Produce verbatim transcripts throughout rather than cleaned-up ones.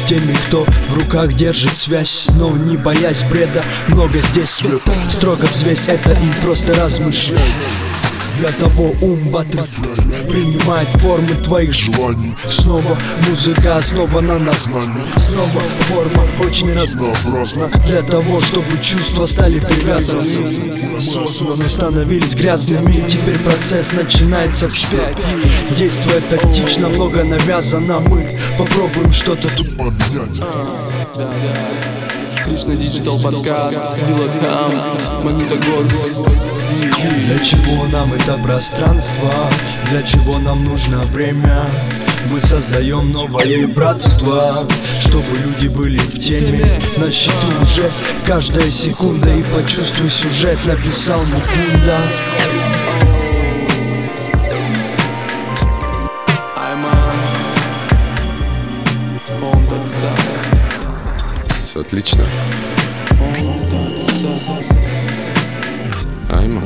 с теми, кто в руках держит связь, но не боясь бреда. Много здесь свет, строго взвесь это и просто размышлять. Для того ум батриф принимает формы твоих желаний. Снова музыка основана на знании. Снова форма очень разнообразна для того, чтобы чувства стали привязанными. Словно становились грязными. Теперь процесс начинается вспять. Действуя тактично, много навязано. Мы попробуем что-то тут поменять. Кришна Digital подкаст, Вилотхам, Магнитогорск. Для чего нам это пространство? Для чего нам нужно время? Мы создаем новое братство, чтобы люди были в теме. На счету уже каждая секунда, и почувствуй сюжет написал Мукунда. Все отлично. Айман.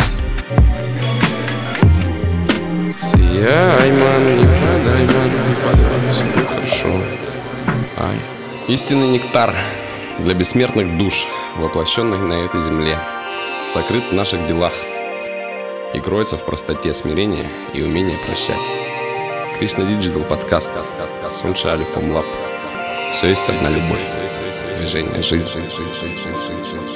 Сия, Айман, не падай, Айман, не падай, все будет хорошо. Ай. Истинный нектар для бессмертных душ, воплощенных на этой земле, сокрыт в наших делах и кроется в простоте смирения и умения прощать. Кришна Digital подкаст, Sunshine Alifom Lab. Все есть одна любовь. Движение, жизнь, жизнь, жизнь, жизнь, жизнь, жизнь.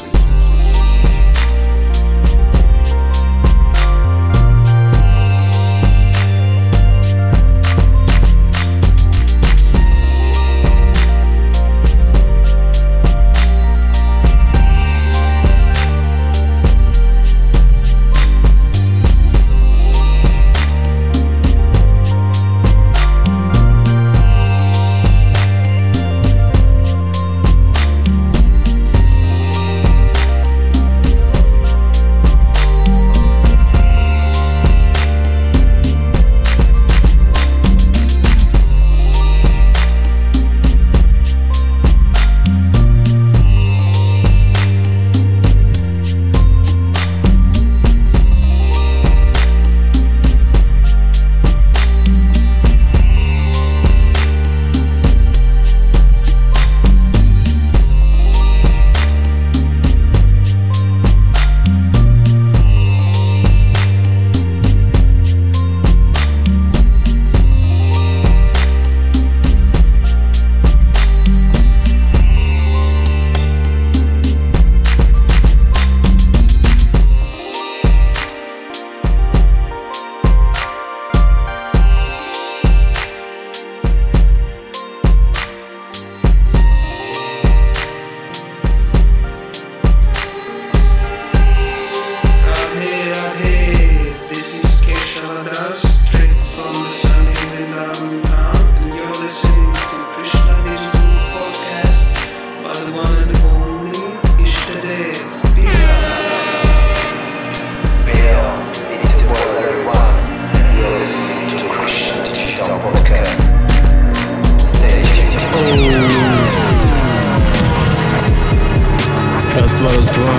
Раз-два, раз-два.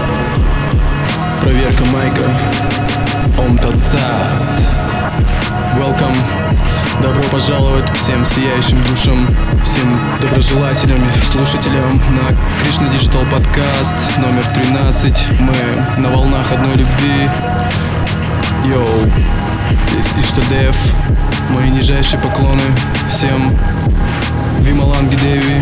Проверка майка. Ом Тат-Сат. Welcome. Добро пожаловать всем сияющим душам, всем доброжелателям, слушателям на Кришна Digital подкаст номер тринадцать. Мы на волнах одной любви. Йоу, здесь Иштадев. Мои нижайшие поклоны всем. Вималанги Деви.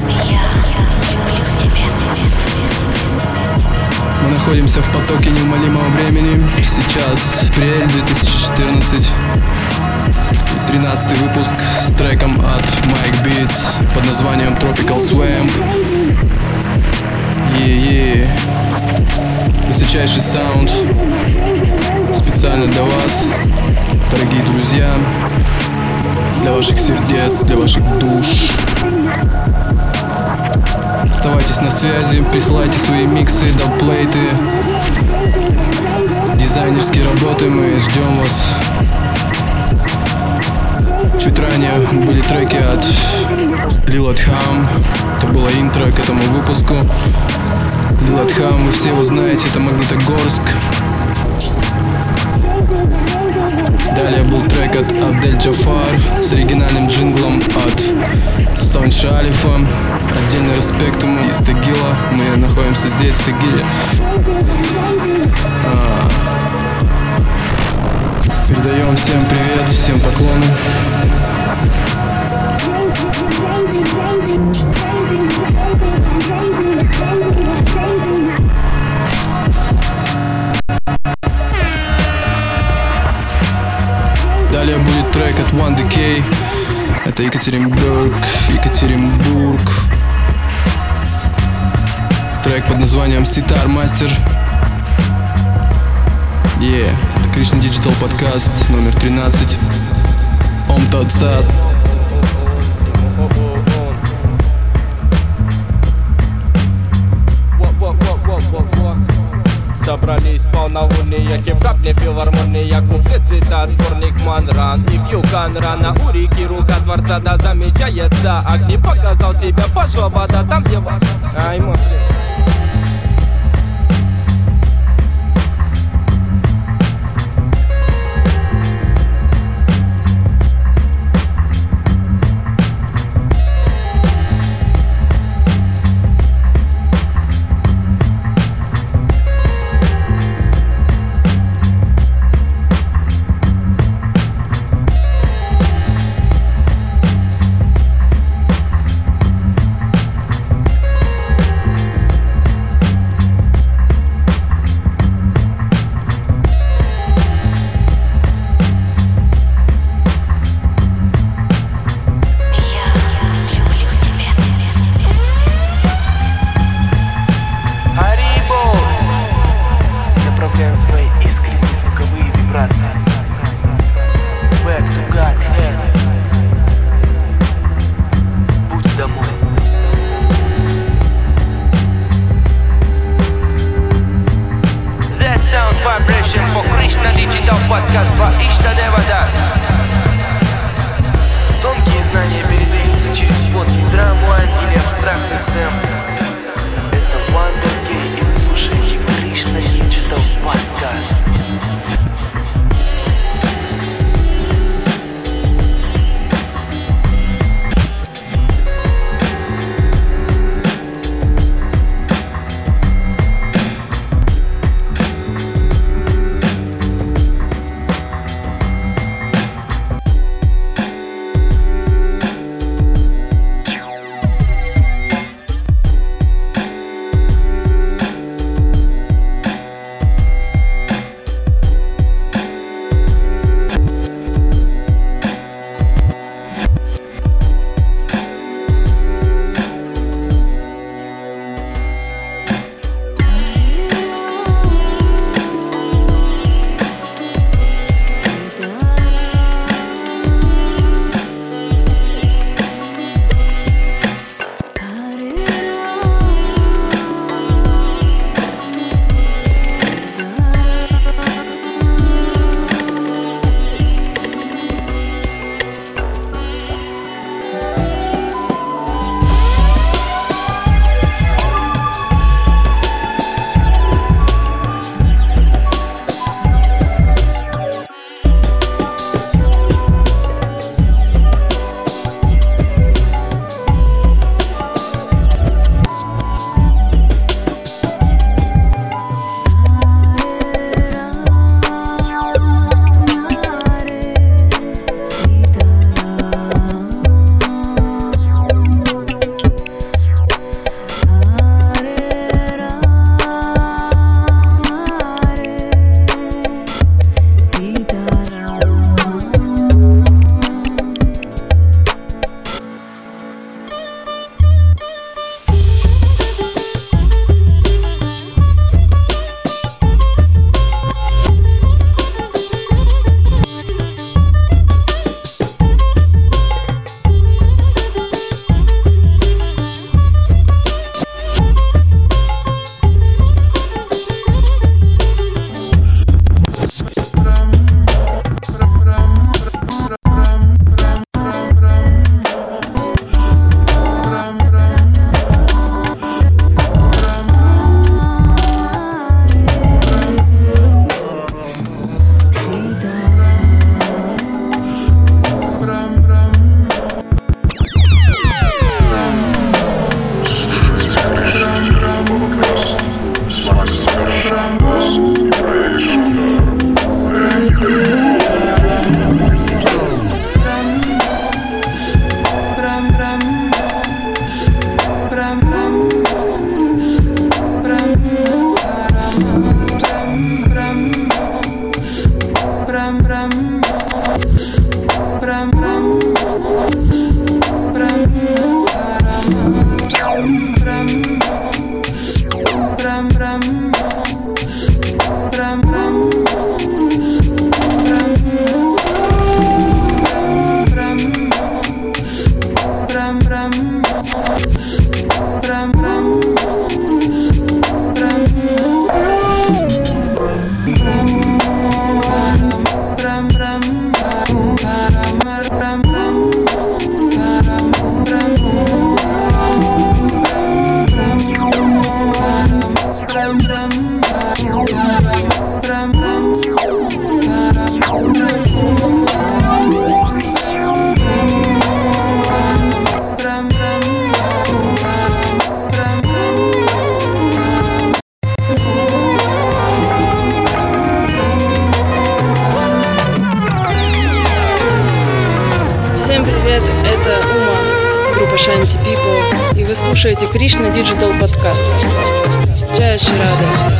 Мы находимся в потоке неумолимого времени. Сейчас апрель две тысячи четырнадцать. тринадцатый выпуск с треком от Mike Beats под названием Tropical Swamp. Е-е. Высочайший саунд специально для вас, дорогие друзья, для ваших сердец, для ваших душ. Оставайтесь на связи, присылайте свои миксы, дабплейты, дизайнерские работы, мы ждем вас. Чуть ранее были треки от Вилотхам. Это было интро к этому выпуску. Вилотхам, вы все его знаете, это Магнитогорск. Далее был трек от Абдель Джафар с оригинальным джинглом от Сонша Алифа. Отдельный респект ему из Тагила. Мы находимся здесь, в Тагиле. а. Передаем всем привет, всем поклоны. Далее будет трек от One ди кей. Это Екатеринбург, Екатеринбург. Трек под названием Ситар Мастер. Yeah, это Кришна Digital подкаст номер тринадцать. Ом тот сад. Собрались полнолуние, хип-хап не филармония, куплет цитат, сборник Манран и Фьюкан рана у реки, рука Творца да замечается. Огни показал себя, пошла вода там, где вода. Ай, мой. Всем привет, это Ума, группа Shanty People, и вы слушаете Krishna Digital Podcast. Джая Ширада.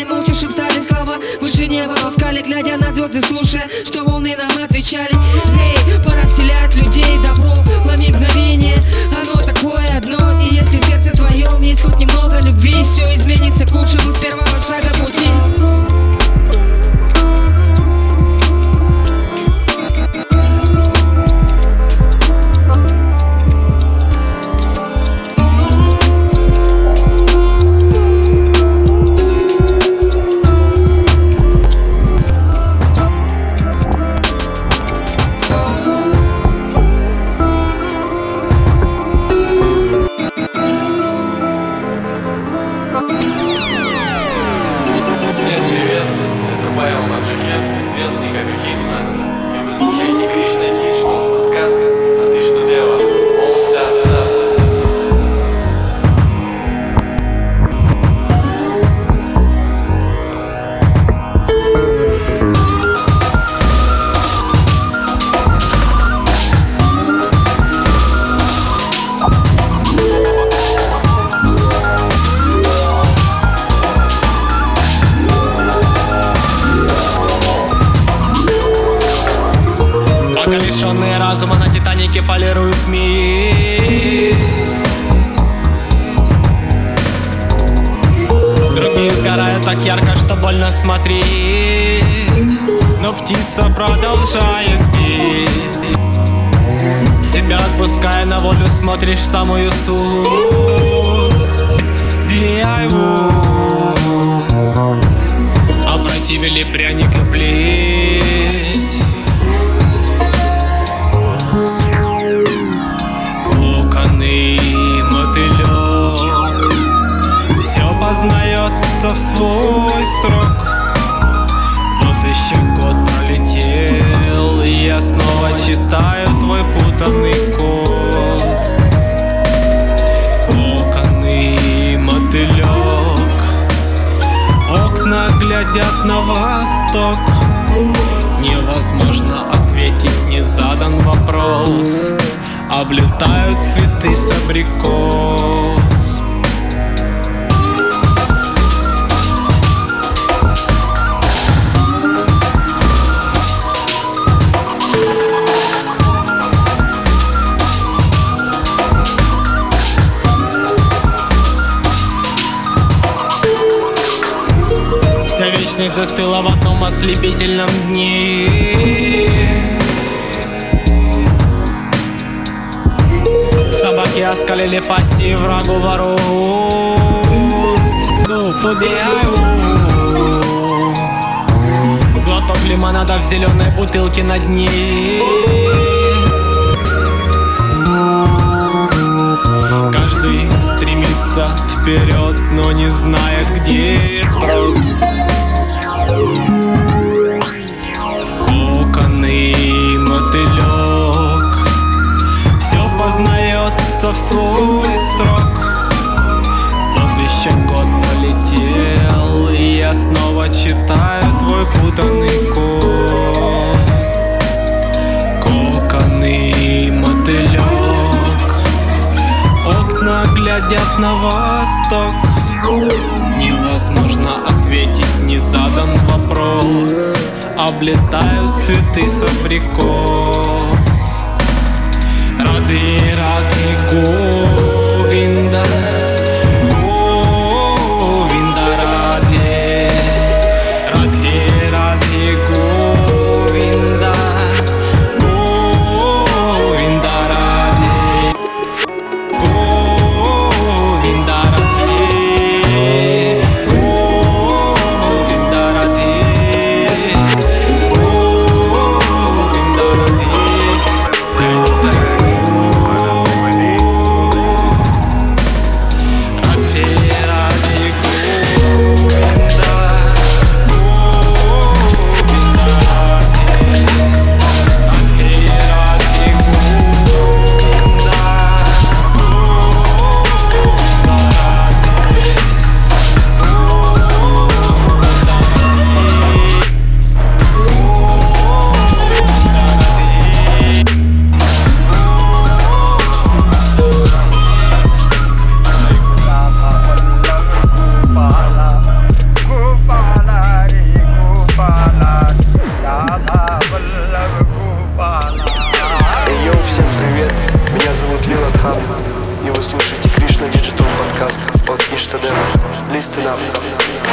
стояли, молча шептали слова выше неба, пускали, глядя на звезды, слушая, что волны нам отвечали. Эй, пора вселять людей добро, лови мгновение, оно такое одно. И если в сердце твоем есть хоть немного любви, все изменится к лучшему с первого шага пути. Лишенные разума на Титанике полируют медь. Другие сгорают так ярко, что больно смотреть. Но птица продолжает петь. Себя отпуская на волю, смотришь в самую суть. Я его опротивили пряник и плеть. Мотылек все познается в свой срок. Вот еще год пролетел, и я снова читаю твой путанный код. Коконный мотылек, окна глядят на восток. Невозможно ответить, не задан вопрос. Облетают цветы с абрикос. Вся вечность застыла в одном ослепительном дне. Собаки оскалили пасти врагу ворот. Ну, побегаю. Глоток лимонада в зеленой бутылке на дне. Каждый стремится вперед, но не знает, где пруд. Коконный мотылек все познается в свой срок. Вот еще год пролетел, и я снова читаю твой путанный код. Коконный мотылек, окна глядят на восток. Невозможно ответить, не задан вопрос. Облетают цветы с абрикос. Ради, ради Говинда, Говинда ради, ради, ради Говинда, Говинда ради, Говинда ради, Говинда ради, Говинда ради. останавливаться.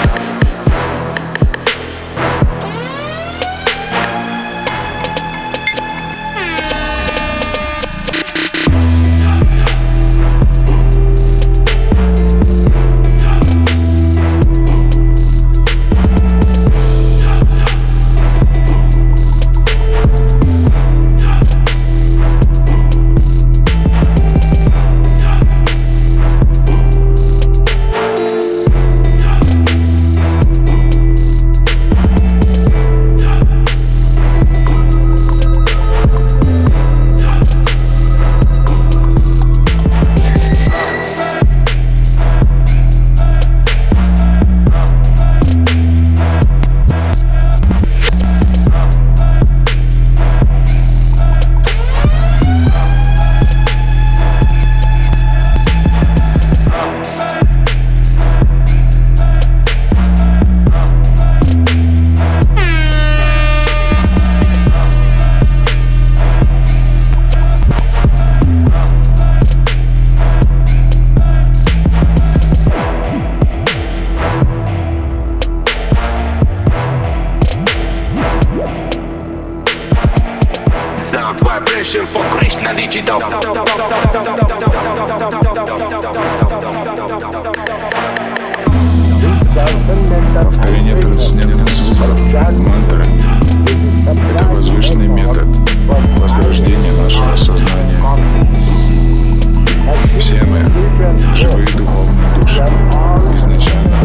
Sound vibration for Krishna Digital. Повторение трансцендентных звуков, мантры — это возвышенный метод возрождения нашего сознания. Все мы — живые духовные души, изначально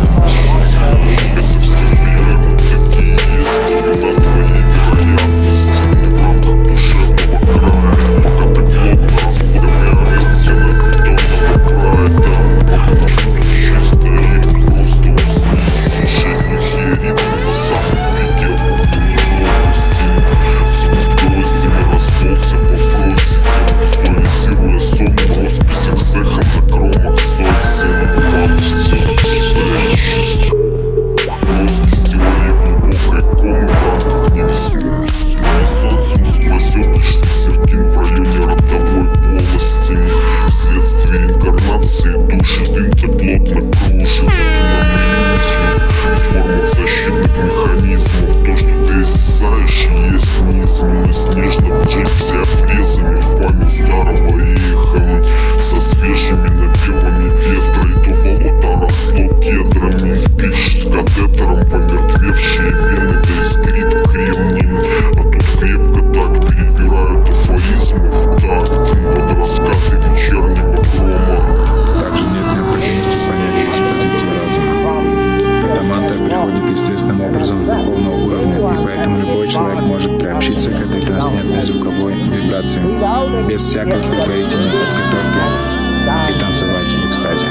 без всякой предварительной подготовки и танцевать в экстазе.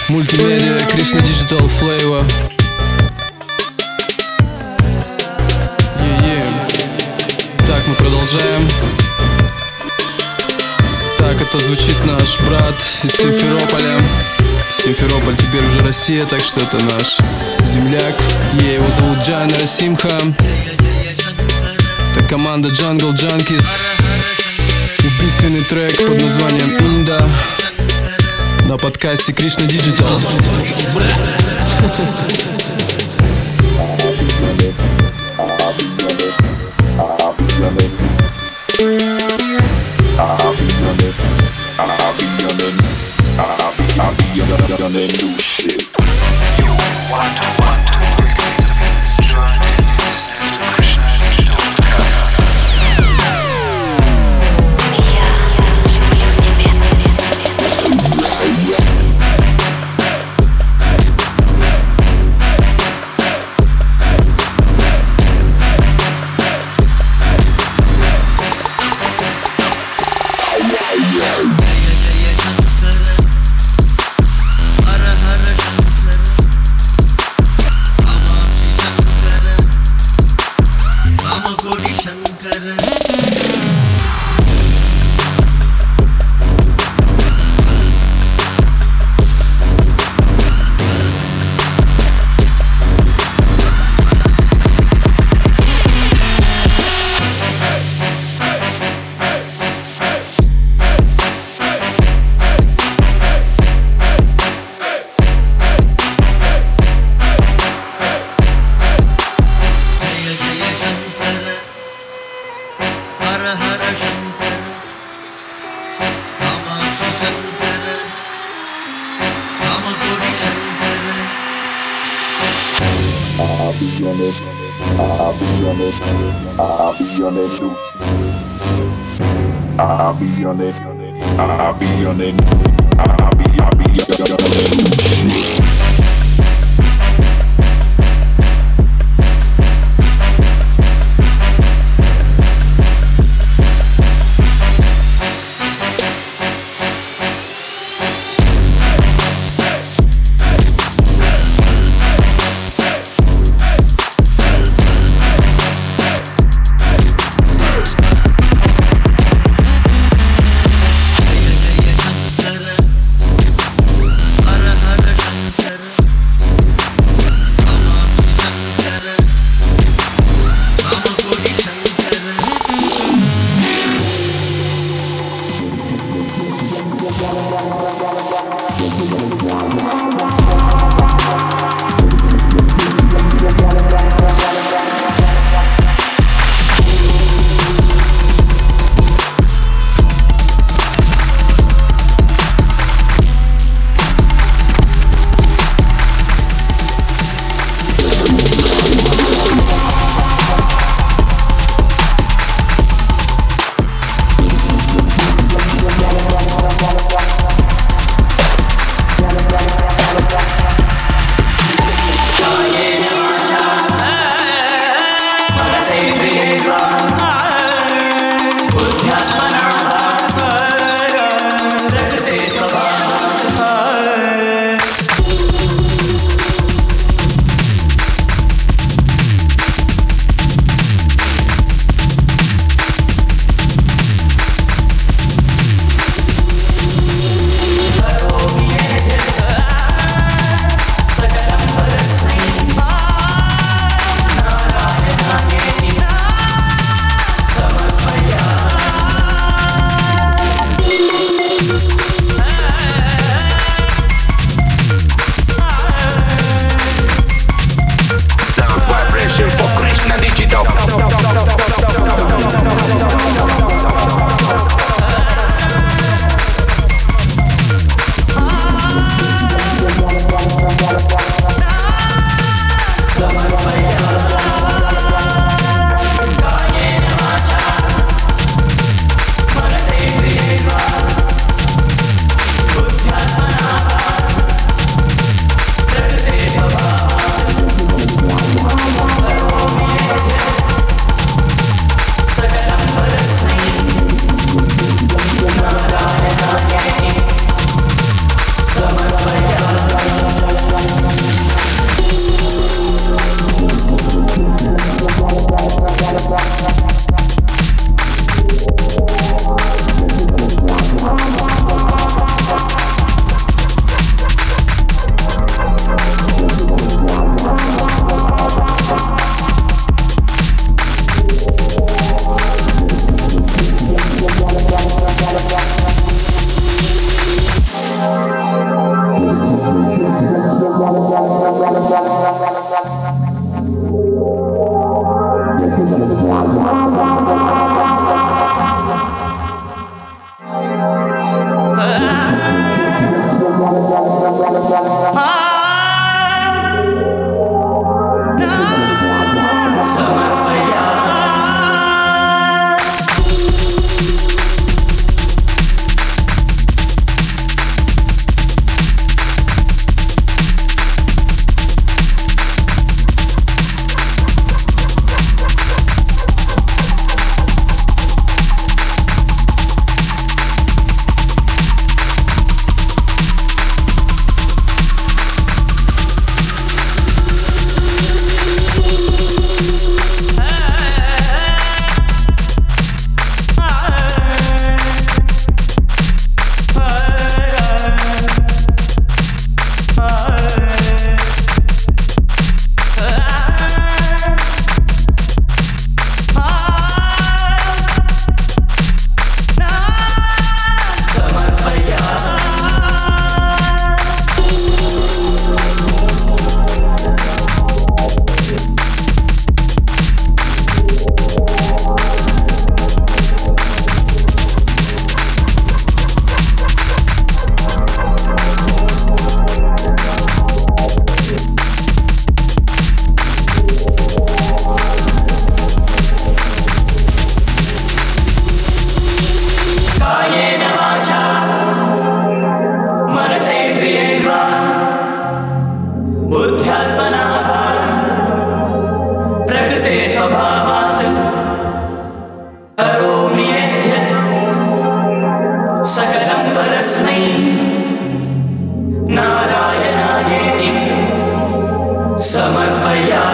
Мультимедиа, Кришна Digital Flavor. Е-е. Так, мы продолжаем. Так, это звучит наш брат из Симферополя. Симферополь теперь уже Россия, так что это наш земляк. Е, его зовут Джайна Расимха. Это команда Jungle Junkies. Убийственный трек под названием Инда на подкасте Кришна Digital. I'll be on it. I'll be on it. I'll be, I'll be, I'll be on it. Hara hara समर्पया